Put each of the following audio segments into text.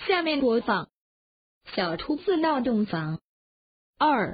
下面播放《小兔子闹洞房2》。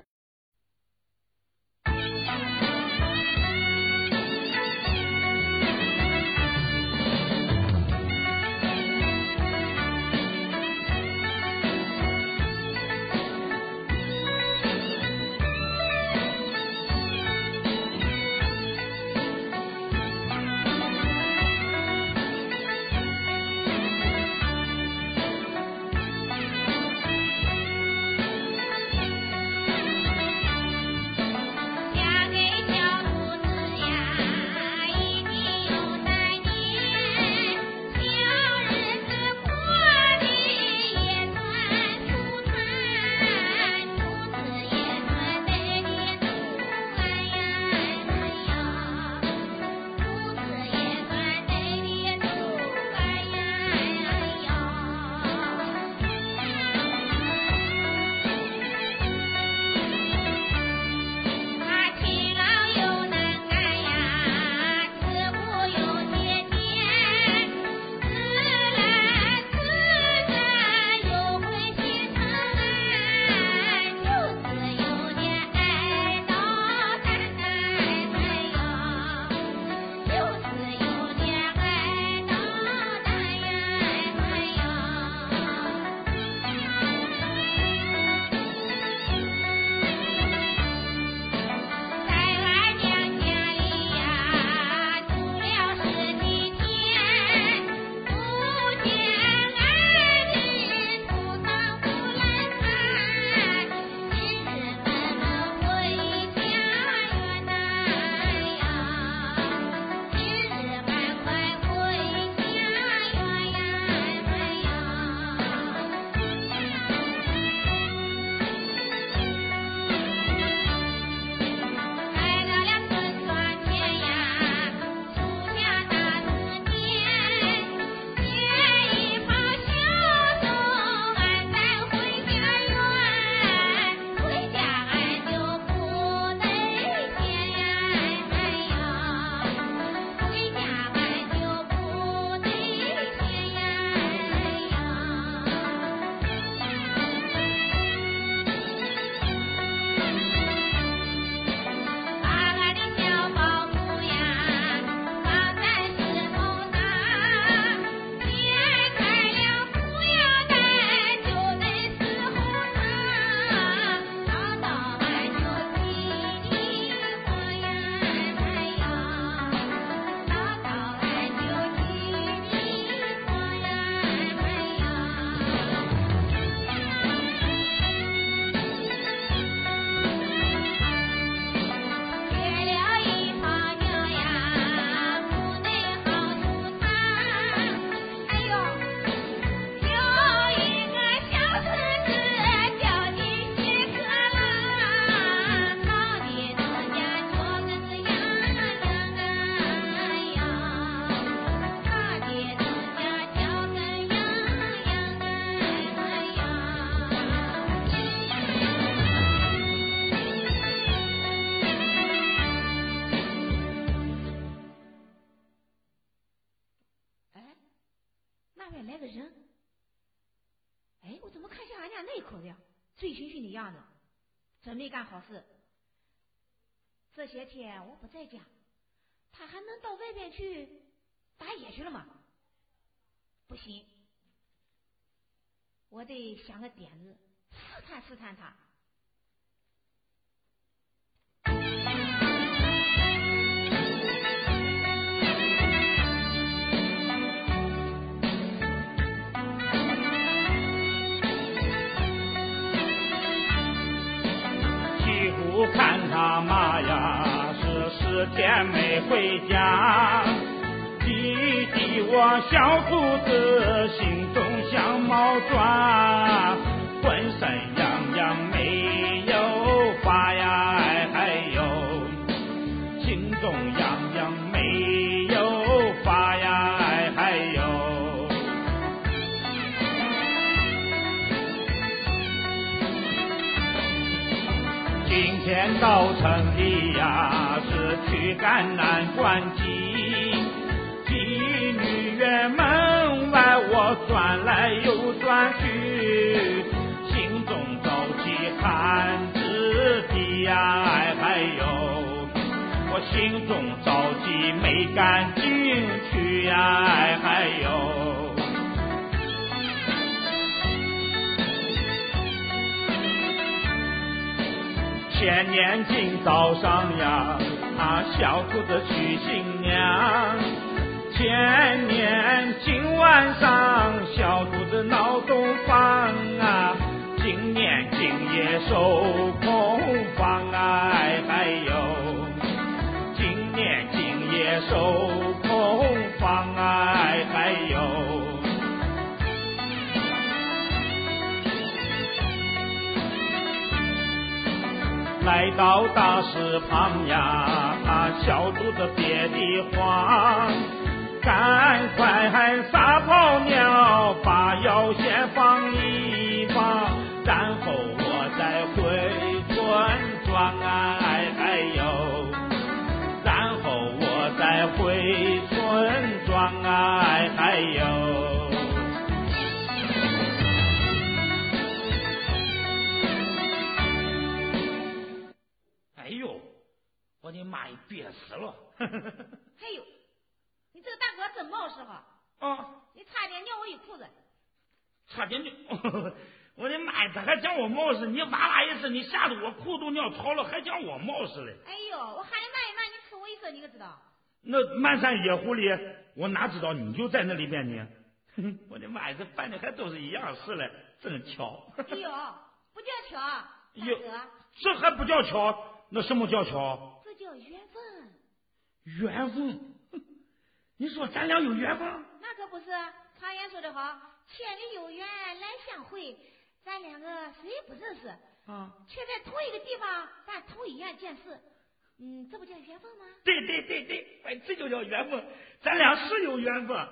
来个人，哎，我怎么看像俺家那口子呀？醉醺醺的样子，真没干好事。这些天我不在家，他还能到外边去打野去了吗？不行，我得想个点子试探试探他。 看他妈呀，是10天没回家，弟弟我小兔子心中像毛抓，浑身痒痒没有发呀，还有心中痒痒没有发呀，还有今天到城里呀，是去赶南关鸡，妓女园门外我我转来又转去，心中着急喊自己呀，还有我心中着急没赶进去呀，还有前年今早上呀，小兔子娶新娘。前年今晚上，小兔子闹洞房啊。今年今夜收空房啊，还有今年今夜收空房啊，还有。来到大石旁呀，小兔子别地慌，赶快撒泡尿，把药先放一放，然后我再回村庄啊，还有，然后我再回村庄啊，还有。哎呦，我的妈呀，憋死了！ 哎呦，你这个大哥真冒失哈！你差点尿我一裤子。 差点尿！我的妈呀，他还讲我冒失！你哇啦一声，你吓得我裤都尿潮了，还讲我冒失嘞！ 哎呦，我喊你慢一慢，你呲我一声，你可知道？ 那漫山野湖里，我哪知道你就在那里边呢？我的妈呀，这办的还都是一样事嘞，真巧！ 哎呦，不叫巧，大哥， 这还不叫巧？那什么叫巧？ 这叫缘分。 缘分？你说咱俩有缘分？ 那可不是，常言说得好，千里有缘来相会，咱两个谁也不认识却在同一个地方干同一样件事，这不叫缘分吗？ 对，哎，这就叫缘分，咱俩是有缘分。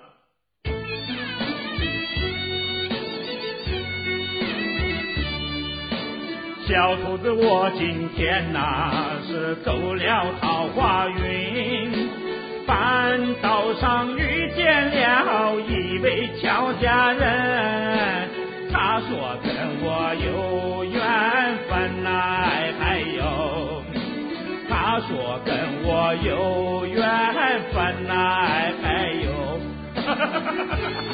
小兔子，我今天是走了桃花运，半道上遇见了一位俏佳人，她说跟我有缘分还有，她说跟我有缘分还有。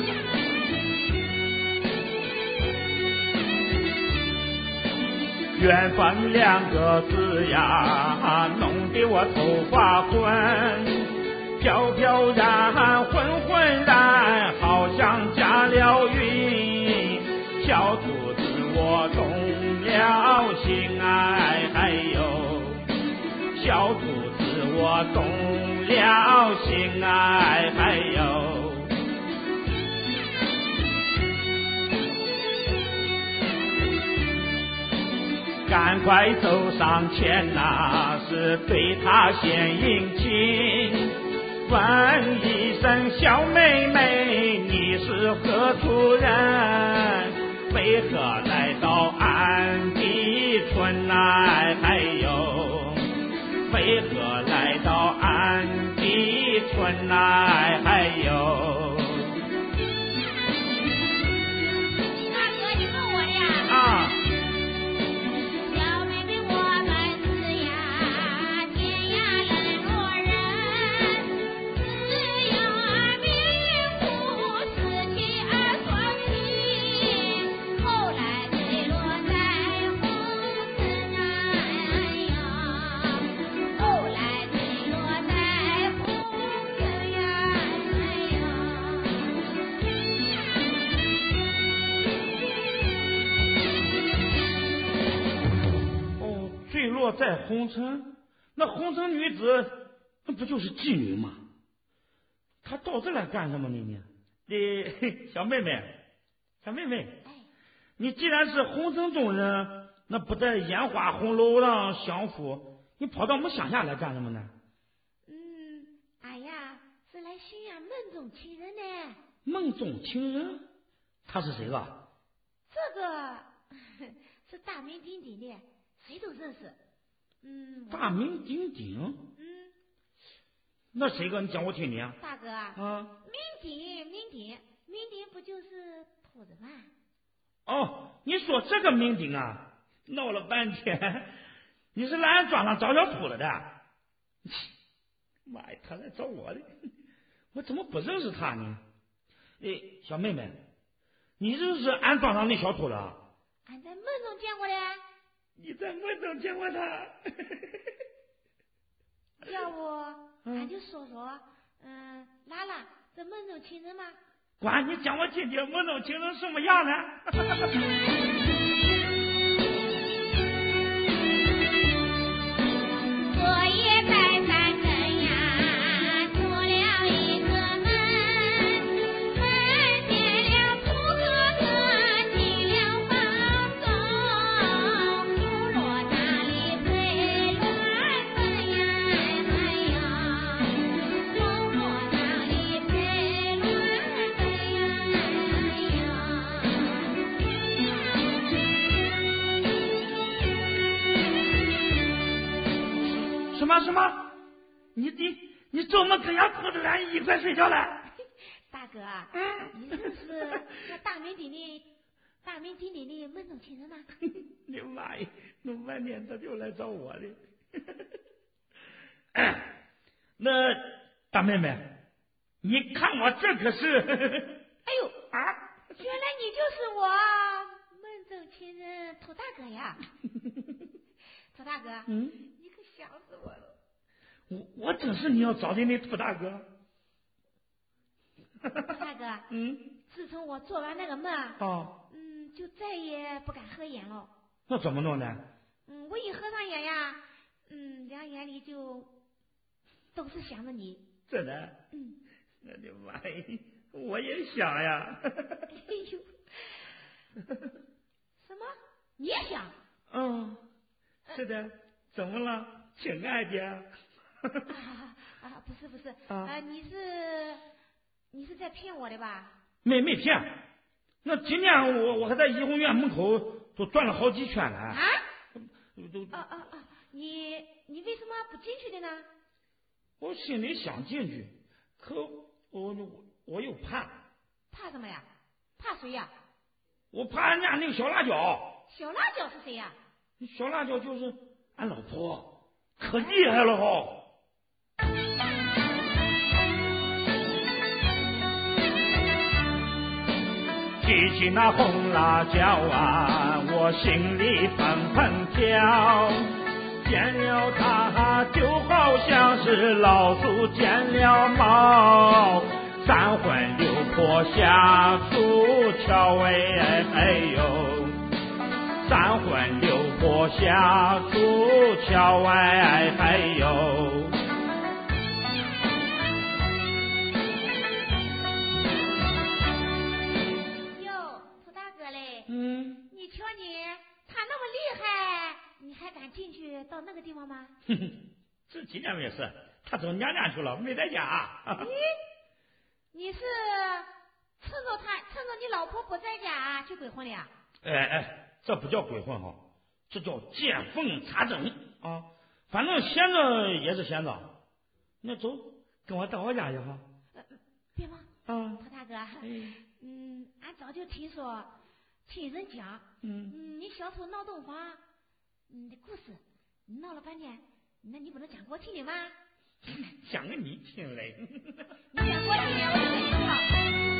缘分两个字呀，弄得我头发昏，飘飘然混混然，好像加了云。小兔子我动了心还有，小兔子我动了心还有。赶快走上前是对他献殷勤，问一声小妹妹，你是何处人？为何来到安迪村还有，为何来到安迪村还有。 大哥，你问我的呀？ 在红尘，那红尘女子那不就是妓女吗？她到这来干什么呢？小妹妹，你既然是红尘中人，那不在烟花红楼上享福，你跑到我们乡下来干什么呢？ 俺呀是来寻呀梦中情人呢。 梦中情人？他是谁啊？ 这个是大名鼎鼎的，谁都认识。 大名鼎鼎？那谁个？你讲我听听。 大哥名鼎， 名鼎不就是兔子吗？ 哦，你说这个名鼎啊，闹了半天，你是来俺庄上找小兔了的？妈呀，他来找我的，我怎么不认识他呢？哎，小妹妹，你认识俺庄上那小兔了？ 俺在梦中见过的。 你在梦中见过他？ 要不俺就说说，拉拉这梦中情人吗？ 管你讲我听听，梦中情人什么样呢？什么？你做梦跟俺兔子俺一块睡觉了？ 大哥，你认识那大名鼎鼎的梦中情人吗？ 你妈呀，弄半天他就来找我的。那大妹妹，你看我这可是…… 哎呦啊！原来你就是我梦中情人兔大哥呀！兔大哥，你可想死我了。 我正是你要找的那兔大哥。 兔大哥，自从我做完那个梦，就再也不敢合眼了。 那怎么弄呢？ 我一合上眼呀，两眼里就都是想着你。 真的？我的妈呀，我也想呀。 哎呦，什么？你也想？ 是的，怎么了，亲爱的？ 不是，你是在骗我的吧？ 没骗。那今天我还在怡红院门口都转了好几圈了。啊？ 你为什么不进去的呢？ 我心里想进去，可我又怕。 怕什么呀？怕谁呀？ 我怕俺家那个小辣椒。 小辣椒是谁呀？ 小辣椒就是俺老婆，可厉害了哈。提起那红辣椒啊，我心里砰砰跳，见了它就好像是老鼠见了猫，三魂六魄下出鞘哎呦，三魂六魄下出鞘哎呦。 你瞧你，他那么厉害，你还敢进去到那个地方吗？ 这几天没事，他走娘家去了，没在家。 你是趁着你老婆不在家去鬼混的呀？ 这不叫鬼混哈，这叫见缝插针啊！反正闲着也是闲着，那走，跟我到我家去哈。 别忙蒲大哥，俺早就听说。听人讲，你小兔闹洞房，的故事，你闹了半天，那你不能讲给我听听吗？ 讲给你听嘞。 你讲给我听听，我就跟你跳。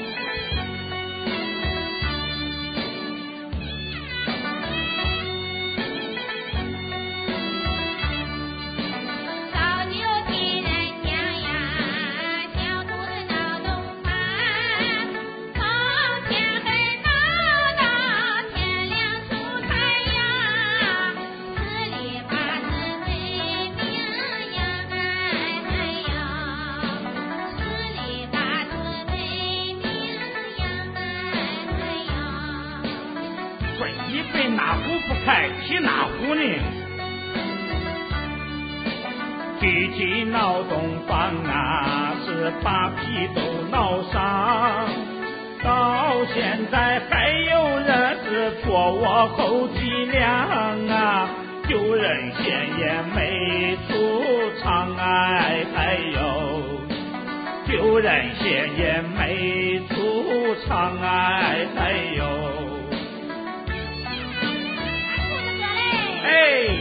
提哪壶呢？提起闹洞房啊，是把皮都闹伤，到现在还有人是做我后脊梁啊，有人现也没出场哎呦，有人现也没出唱哎哎呦，哎。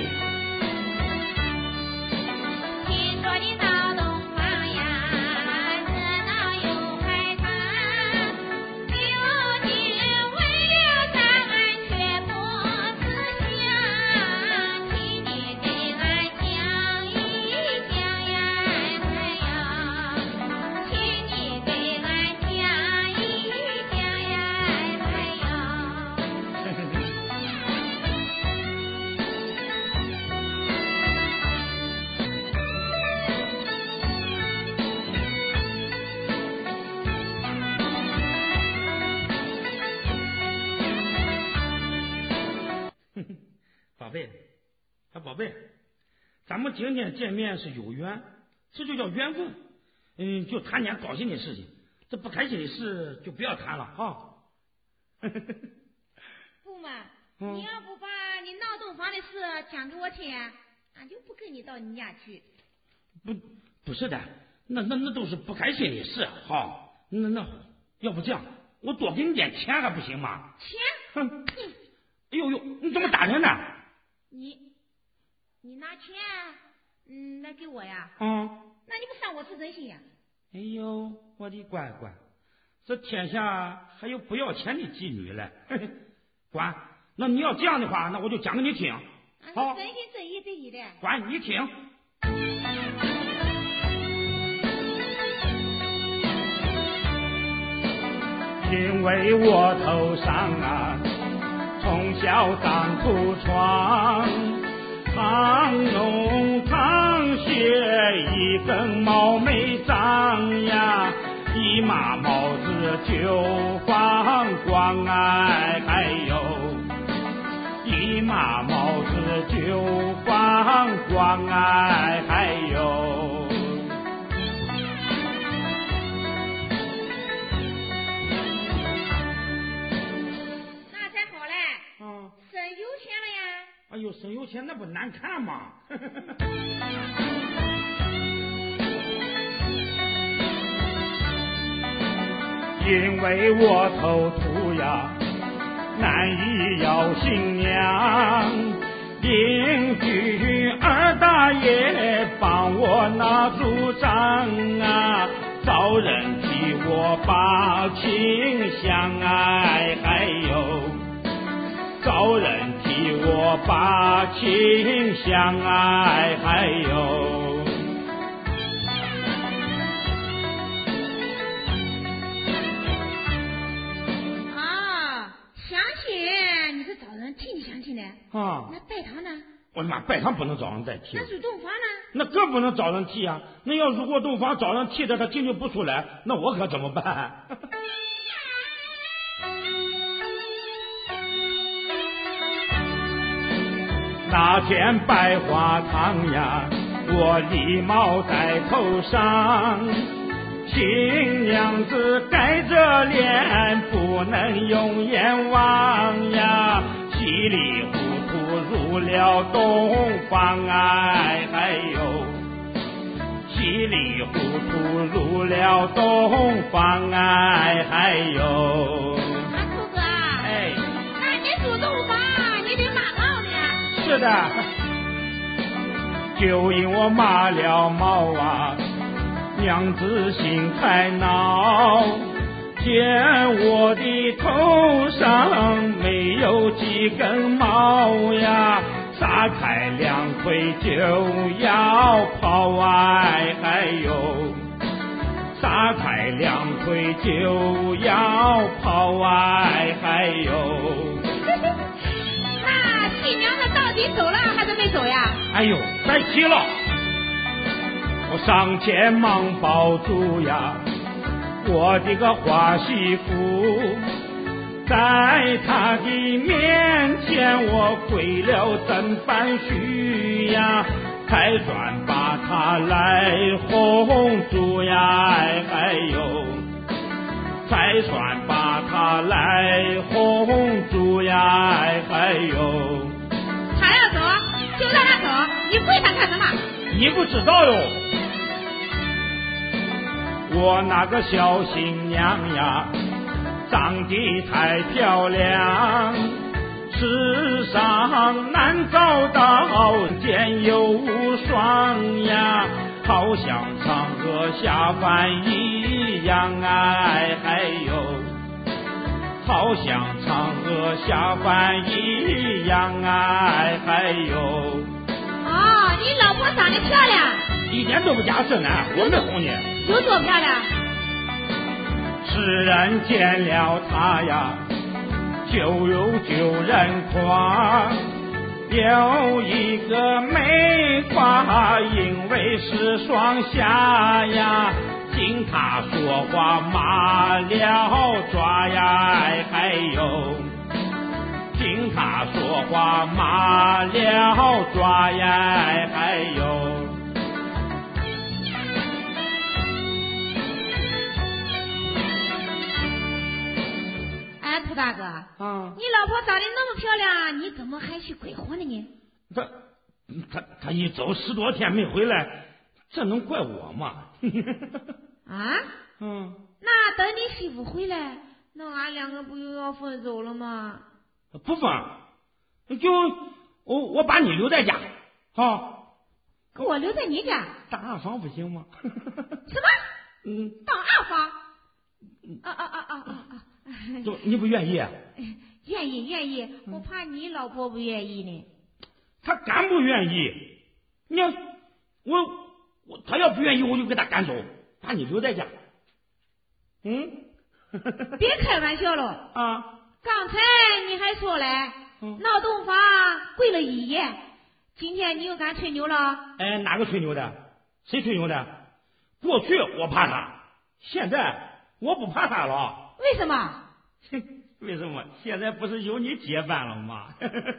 宝贝，咱们今天见面是有缘，这就叫缘分。就谈点高兴的事情，这不开心的事就不要谈了哈。 不嘛，你要不把你闹洞房的事讲给我听，俺就不跟你到你家去。 不是的，那都是不开心的事哈。那要不这样，我多给你点钱还不行吗？ 钱？ 哎呦呦，你怎么打人呢？ 你拿钱来给我呀？ 那你不算我是人心呀？ 哎呦，我的乖乖，这天下还有不要钱的妓女嘞！乖，那你要这样的话，那我就讲给你听。 好，真心真意对你的。 乖，你听。因为我头上啊，从小长土疮。唐农唐学一根毛没长呀，一麻帽子就放光哎，还有一麻帽子就放光哎，还有那才好嘞，真有钱了呀。 哎呦，真有钱那不难看吗？因为我头秃呀，难以要新娘，邻居二大爷帮我拿主张啊，找人替我把清香哎，还有找人替我把清香哎，还有相亲你是找人替你相亲的啊？ 那拜堂呢？ 我的妈，拜堂不能找人代替。 那入洞房呢？ 那更不能找人替啊！那要如果洞房找人替的他进去不出来，那我可怎么办？那天百花堂呀，我礼帽在头上，新娘子盖着脸不能用眼望呀，稀里糊涂入了洞房哎，还有稀里糊涂入了洞房哎，还有兔哥哎，那你入洞房你得骂帽子呀？ 是的，就因我骂了猫啊，娘子心才恼，见我的头上没有几根毛呀，撒开两腿就要跑哎，还有撒开两腿就要跑哎，还有那新娘子到底走了还是没走呀？ 哎呦，别提了，我上前忙抱住呀，我的个花媳妇，在她的面前我跪了真半许呀，才算把她来哄住呀，还有才算把她来哄住呀，还有他要走就让他走，你跪他干什么？ 你不知道哟，我那个小新娘呀， 长得太漂亮，世上难找到见有无双呀，好像嫦娥下凡一样，哎，还有好像嫦娥下凡一样，哎，还有你老婆长得漂亮， 一点都不假设呢，我没哄你。 有多漂亮？ 世人见了她呀，就有旧人夸，有一个美夸，因为是双侠呀，听她说话麻了抓呀，还有听她说话麻了抓呀，还有涂大哥，你老婆长得那么漂亮，你怎么还去鬼混了呢？ 他一走10多天没回来，这能怪我吗？ 那等你媳妇回来，那俺两个不又要分手了吗？ 不分，就我把你留在家， 给我留在你家当二房不行吗？ 什么？当二房？ 你不愿意？ 愿意，我怕你老婆不愿意呢。 他敢不愿意？你他要不愿意，我就给他赶走，把你留在家。 别开玩笑了刚才你还说嘞，闹洞房跪了1夜，今天你又敢吹牛了？ 哪个吹牛的？谁吹牛的？过去我怕他，现在我不怕他了。 为什么？ 为什么？现在不是有你接班了吗？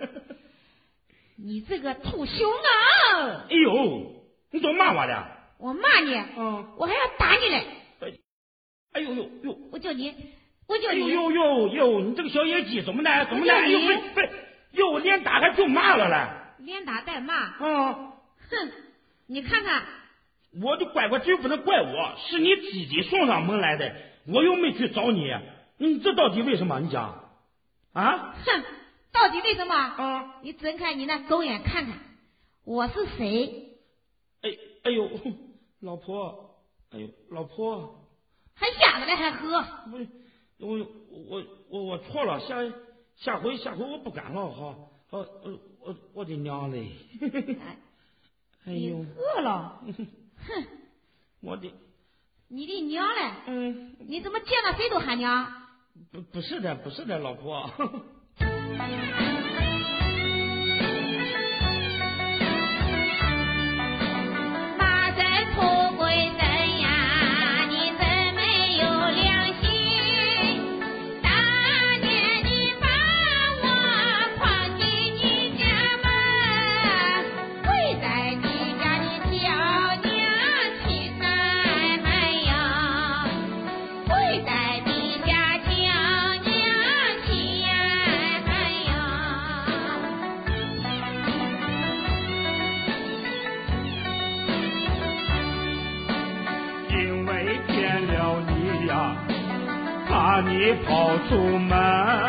你这个土熊啊！ 哎呦，你怎么骂我的？ 我骂你，我还要打你嘞！ 哎呦， 我叫你， 呦，你这个小野鸡怎么的？哎呦，不，连打还就骂了嘞！ 连打带骂，哼！你看看， 我就乖乖，绝不能怪我，是你自己送上门来的，我又没去找你，你这到底为什么？你讲到底为什么？你睁开你那狗眼看看，我是谁？ 哎呦，老婆， 还下来还喝？ 我错了，下回我不敢了哈。我的娘嘞！哎呦， 你饿了？你的娘嘞？你怎么见到谁都喊娘？ 不是的，老婆。 马真出轨人呀，你真没有良心！当年你把我诓进你家门，跪在你家的小娘亲呐，哎呀，跪在你家小娘亲呀，哎呀。 因为见了你呀，怕你跑出门，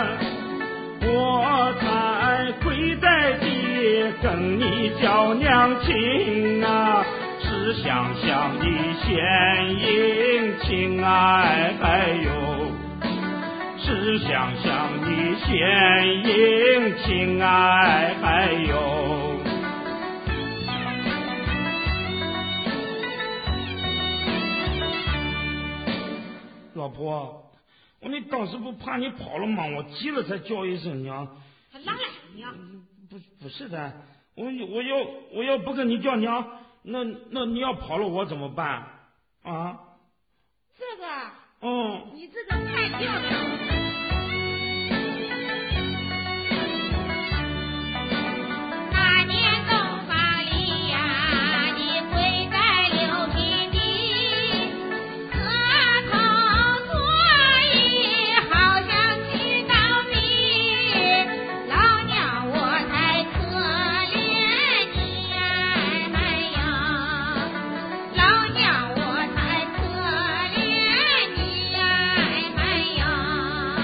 我才跪在地跟你叫娘亲啊，是想向你献殷勤哎呦，是想向你献殷勤哎呦。老婆，你当时不怕你跑了吗？我急了才叫一声娘。 哪来娘？ 不是的，我要不跟你叫娘，那你要跑了我怎么办啊？ 这个，你这个太漂亮了。那年洞房里呀，你跪在六平地，磕头作揖，好像去当兵。老娘我才可怜你呀，哎呀，老娘我才可怜你呀，哎呀。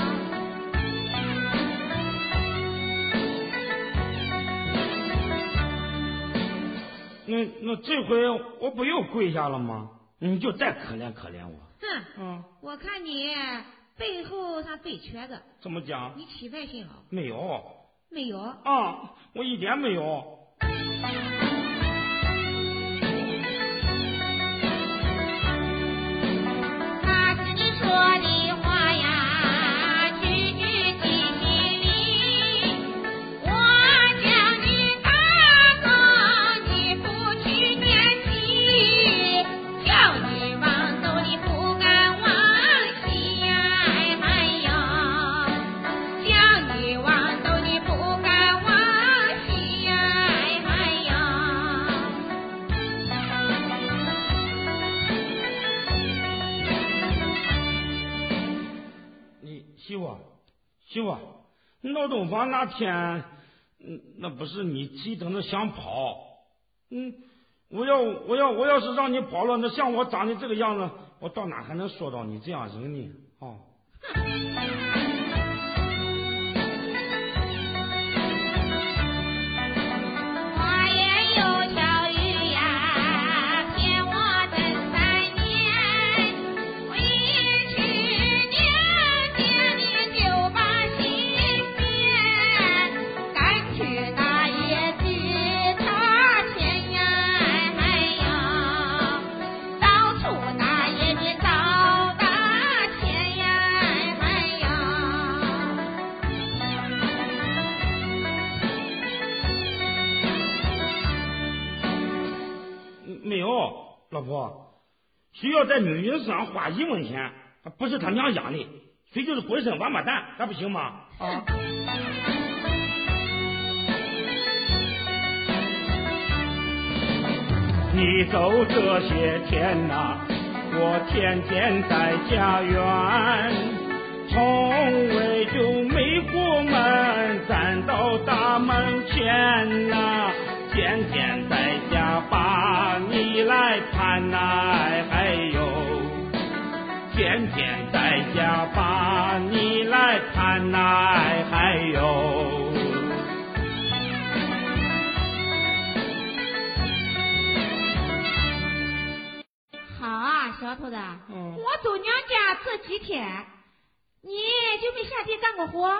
那这回我不又跪下了吗？你就再可怜可怜我。 哼，我看你背后上背瘸子。 怎么讲？ 你起外心了？ 没有。 没有？ 啊，我一点没有。 那是你说的话呀，句句记心里。我将你打造，你不去念起，叫你忘走你不敢忘西呀，哎呀，叫你忘走你不敢忘西呀，哎呀。 媳妇，闹洞房那天，那不是你急等着想跑，我要是让你跑了，那像我长得这个样子，我到哪还能说到你这样人呢？啊！ 花言又巧语呀，骗我等3年，回去年见你就把心变，赶去大爷替他牵呀，哎呀，到处大爷你找大钱呀，哎呀。 没有，老婆，需要在女人身上花1文钱，不是他娘养的，所以就是浑身王八蛋，还不行吗？啊！你走这些天呐，我天天在家园，从未就没过门，站到大门前呐，天天在家把你来盼呐，还有天天在家把你来盼呐，还有。 好啊，小兔子，我走娘家这几天，你就没下地干过活？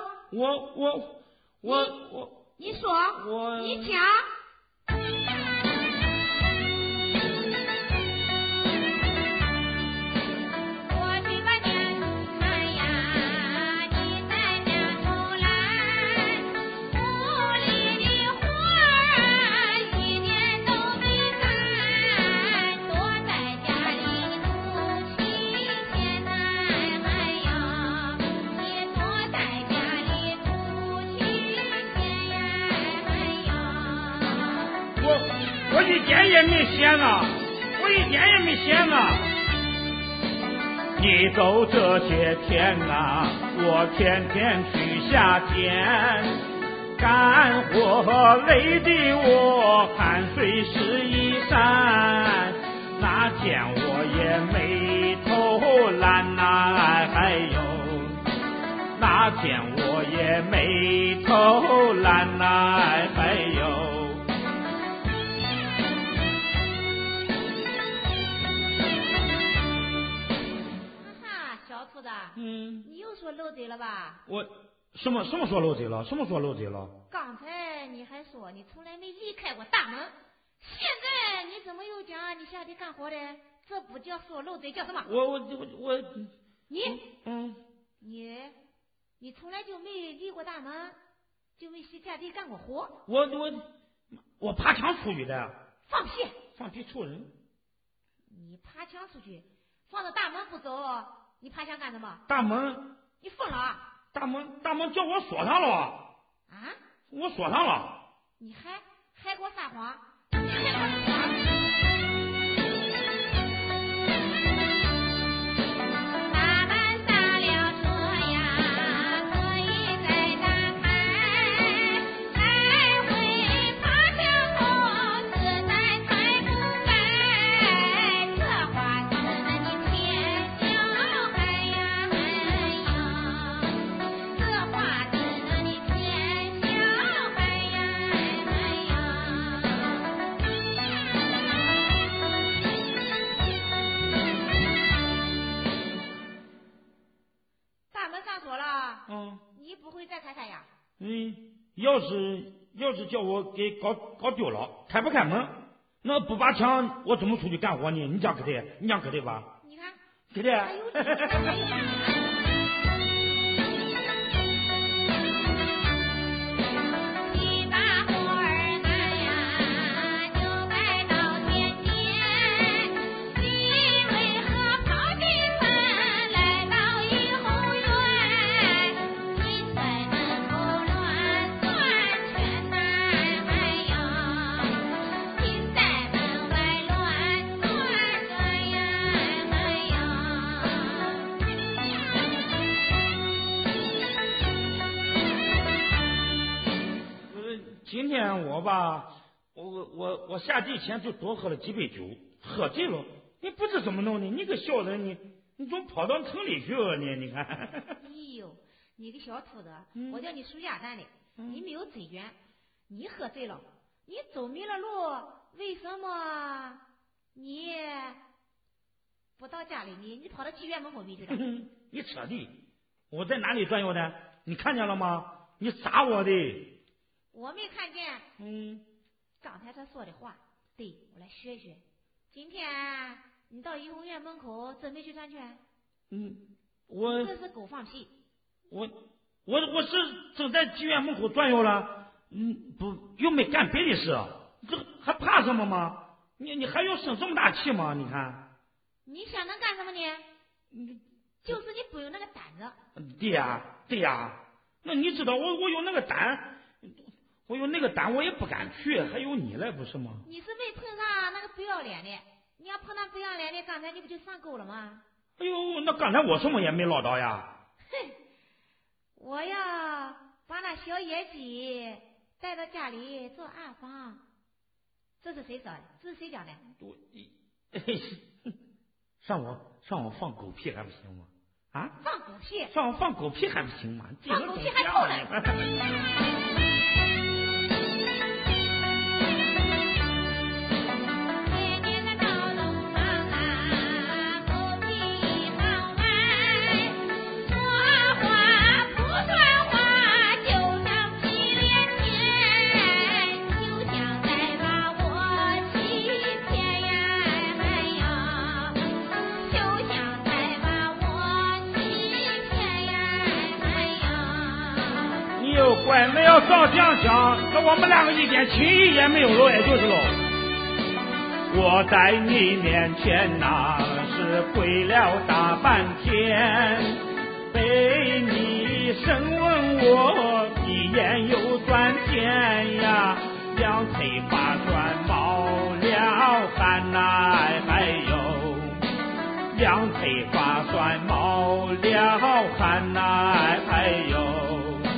你说，你讲。我去把年看呀，你在那偷懒，屋里的活儿一年都没干，躲在家里哭泣天呐，哎呀，你躲在家里哭泣天呀，哎呀。 我一点也没闲呐，我一点也没闲呐。你走这些天呐，我天天去下田，干活累的我汗水湿衣衫，那天我也没偷懒呐，还有那天我也没偷懒呐，还有。 小兔子，你又说漏嘴了吧？ 我什么说漏嘴了？什么说漏嘴了？ 刚才你还说你从来没离开过大门，现在你怎么又讲你下地干活的？这不叫说漏嘴，叫什么？你从来就没离过大门，就没下地干过活。 我爬墙出去的。 放屁！ 放屁臭人！ 你爬墙出去，放到大门不走，你爬墙干什么？ 大门？ 你疯了啊！ 大门叫我锁上了。 啊？ 我锁上了。 你还给我撒谎？你还给我撒谎？ 要是叫我给搞丢了，开不开门，那不把枪，我怎么出去干活呢？你讲可对？你讲可对吧？ 你看， 可对？今天我下地前就多喝了几杯酒，喝醉了。你不知怎么弄的，你个小人，你总跑到城里去了呢？你看。 哎呦，你个小兔子，我叫你数鸭蛋的，你没有嘴圆，你喝醉了，你走迷了路，为什么你不到家里呢？你跑到妓院门口去了？ 你扯的，我在哪里转悠的？你看见了吗？你砸我的。 我没看见。刚才他说的话，对，我来学学。今天你到怡红院门口准备去转圈？这是狗放屁。 我是正在妓院门口转悠了。不，又没干别的事，这还怕什么吗？你还要生这么大气吗？你看。 你想能干什么呢？就是你不用那个胆子。 对呀，那你知道我有那个胆。我有那个胆，我也不敢去，还有你来，不是吗？ 你是没碰上那个不要脸的，你要碰上不要脸的，刚才你不就上钩了吗？ 哎呦，那刚才我什么也没捞到呀。 哼，我要把那小野鸡带到家里做暗房。这是谁说的？这是谁讲的？ 上我放狗屁还不行吗？啊？ 放狗屁？ 上我放狗屁还不行吗？ 放狗屁还够了。 乖，那要照这样想，那我们两个一点情谊也没有了，也就是喽。我在你面前那是跪了大半天，被你审问我一言又转天呀，两腿发酸冒了汗呐，还有两腿发酸冒了汗呐，还有。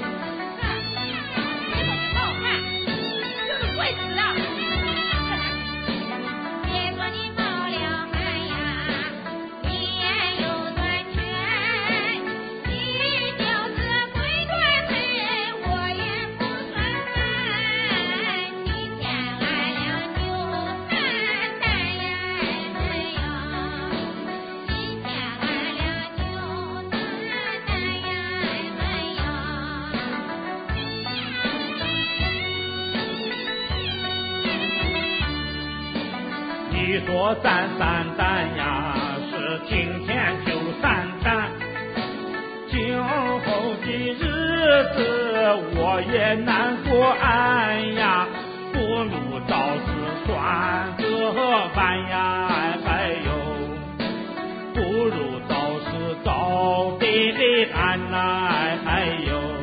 你说散呀，是今天就散，今后的日子我也难过安呀，不如早日算个完呀，还有不如早日早得安呐，还有。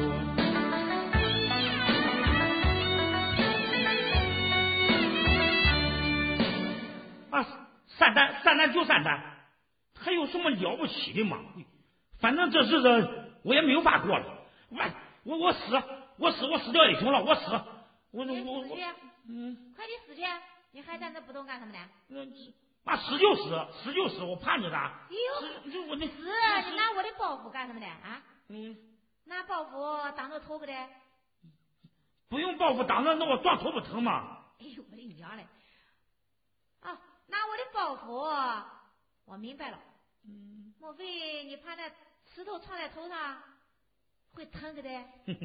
散单就散单，还有什么了不起的吗？反正这日子我也没有法过了。我死掉也行了，我死。 快点死去！你还在那不动干什么呢？ 死就死，我怕你啥？ 哎呦，你拿我的包袱干什么的啊？拿包袱挡着头不的？ 不用包袱挡着，那我撞头不疼吗？ 哎呦，我的娘嘞！啊，拿我的包袱，我明白了。莫非你怕那石头撞在头上， 会疼的的。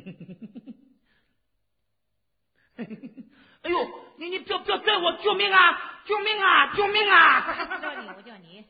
哎呦，你不要拽我！救命啊！救命啊！救命啊！ 我叫你。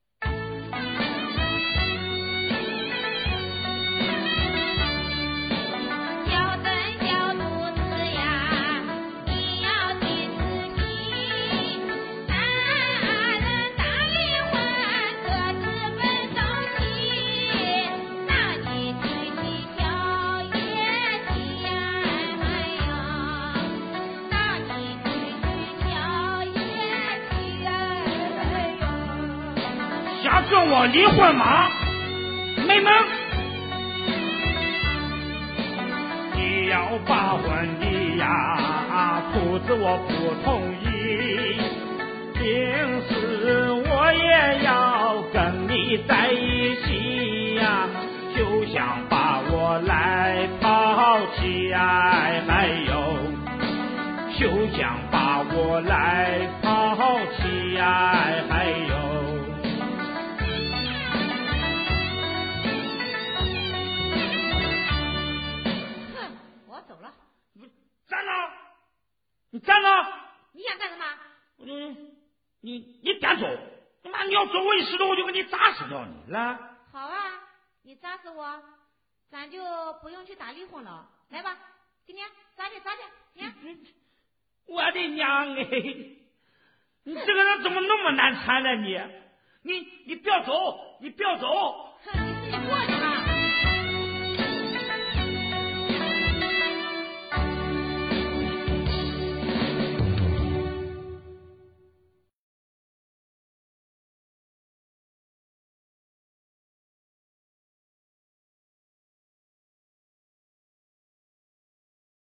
跟我离婚吗？没门！你要把婚礼呀，兔子我不同意，平时我也要跟你在一起呀，就想把我来抛弃呀，还有，就想把我来抛弃呀，还有。站了！你站了！ 你想干什么？ 你敢走？他妈你要走我一石头我就给你砸死掉你来！ 好啊，你砸死我，咱就不用去打离婚了。来吧，今天砸去，娘！ 我的娘哎！你这个人怎么那么难缠呢你不要走！ 你自己过去。